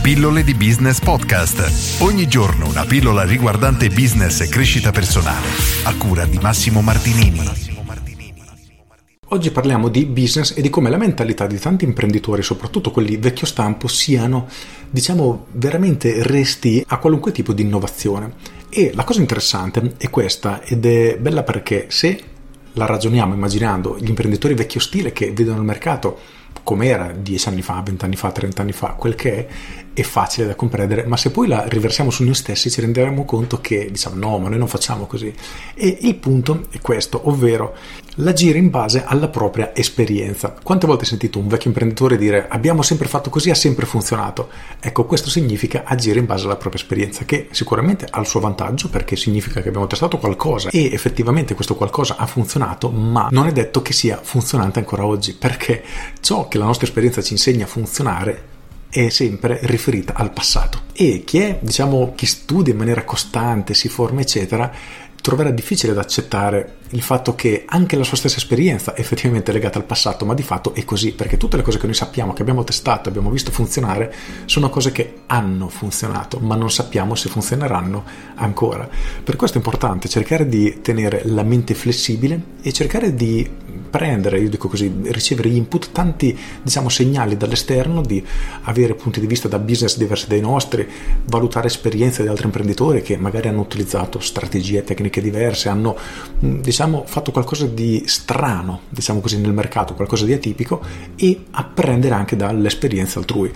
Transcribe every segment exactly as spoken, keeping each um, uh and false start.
Pillole di Business Podcast. Ogni giorno una pillola riguardante business e crescita personale. A cura di Massimo Martinini. Oggi parliamo di business e di come la mentalità di tanti imprenditori, soprattutto quelli vecchio stampo, siano, diciamo, veramente resti a qualunque tipo di innovazione. E la cosa interessante è questa, ed è bella perché se la ragioniamo immaginando gli imprenditori vecchio stile che vedono il mercato come era dieci anni fa, venti anni fa, trenta anni fa, quel che è, è facile da comprendere, ma se poi la riversiamo su noi stessi ci renderemo conto che diciamo no, ma noi non facciamo così. E il punto è questo, ovvero l'agire in base alla propria esperienza. Quante volte hai sentito un vecchio imprenditore dire abbiamo sempre fatto così, ha sempre funzionato? Ecco, questo significa agire in base alla propria esperienza, che sicuramente ha il suo vantaggio perché significa che abbiamo testato qualcosa e effettivamente questo qualcosa ha funzionato, ma non è detto che sia funzionante ancora oggi, perché ciò che la nostra esperienza ci insegna a funzionare è sempre riferita al passato. E chi è, diciamo, chi studia in maniera costante, si forma eccetera, troverà difficile da accettare il fatto che anche la sua stessa esperienza è effettivamente legata al passato, ma di fatto è così, perché tutte le cose che noi sappiamo, che abbiamo testato, abbiamo visto funzionare, sono cose che hanno funzionato, ma non sappiamo se funzioneranno ancora. Per questo è importante cercare di tenere la mente flessibile e cercare di prendere, io dico così, ricevere input, tanti diciamo segnali dall'esterno, di avere punti di vista da business diversi dai nostri, valutare esperienze di altri imprenditori che magari hanno utilizzato strategie, tecniche diverse, hanno diciamo fatto qualcosa di strano, diciamo così, nel mercato, qualcosa di atipico, e apprendere anche dall'esperienza altrui.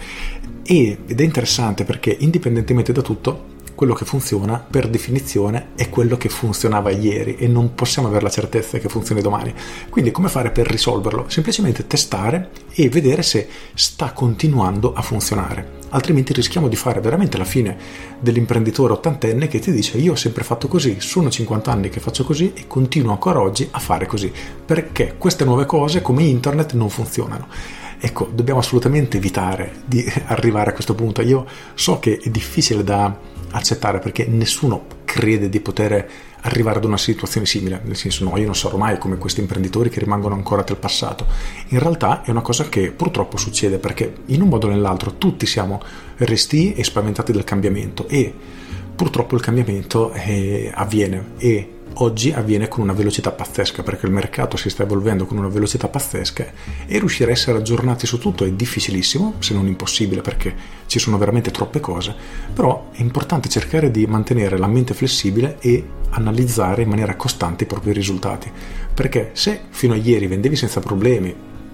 E, ed è interessante perché indipendentemente da tutto, quello che funziona per definizione è quello che funzionava ieri e non possiamo avere la certezza che funzioni domani. Quindi come fare per risolverlo? Semplicemente testare e vedere se sta continuando a funzionare, altrimenti rischiamo di fare veramente la fine dell'imprenditore ottantenne che ti dice io ho sempre fatto così, sono cinquanta anni che faccio così e continuo ancora oggi a fare così, perché queste nuove cose come internet non funzionano. Ecco, dobbiamo assolutamente evitare di arrivare a questo punto. Io so che è difficile da accettare perché nessuno crede di poter arrivare ad una situazione simile, nel senso no, io non sarò mai come questi imprenditori che rimangono ancora del passato. In realtà è una cosa che purtroppo succede perché in un modo o nell'altro tutti siamo restii e spaventati dal cambiamento e purtroppo il cambiamento eh, avviene e oggi avviene con una velocità pazzesca perché il mercato si sta evolvendo con una velocità pazzesca e riuscire a essere aggiornati su tutto è difficilissimo, se non impossibile, perché ci sono veramente troppe cose, però è importante cercare di mantenere la mente flessibile e analizzare in maniera costante i propri risultati, perché se fino a ieri vendevi senza problemi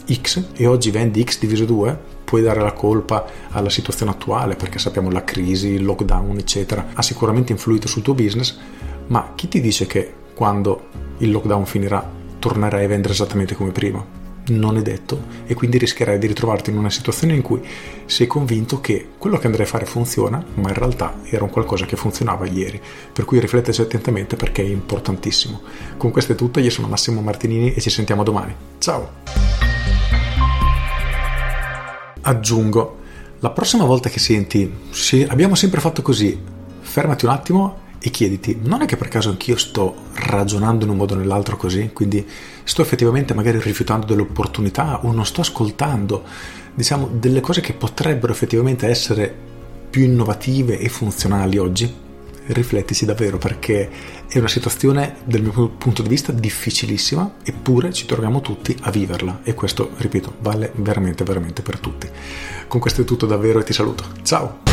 X e oggi vendi X diviso due, puoi dare la colpa alla situazione attuale perché sappiamo la crisi, il lockdown eccetera ha sicuramente influito sul tuo business, ma chi ti dice che quando il lockdown finirà tornerai a vendere esattamente come prima? Non è detto, e quindi rischierai di ritrovarti in una situazione in cui sei convinto che quello che andrai a fare funziona, ma in realtà era un qualcosa che funzionava ieri, per cui rifletteci attentamente perché è importantissimo. Con questo è tutto, io sono Massimo Martinini e ci sentiamo domani. Ciao! Aggiungo, la prossima volta che senti sì, abbiamo sempre fatto così, fermati un attimo e chiediti, non è che per caso anch'io sto ragionando in un modo o nell'altro così? Quindi sto effettivamente magari rifiutando delle opportunità o non sto ascoltando, diciamo, delle cose che potrebbero effettivamente essere più innovative e funzionali oggi? Riflettici davvero, perché è una situazione dal mio punto di vista difficilissima, eppure ci troviamo tutti a viverla e questo, ripeto, vale veramente veramente per tutti. Con questo è tutto davvero e ti saluto. Ciao!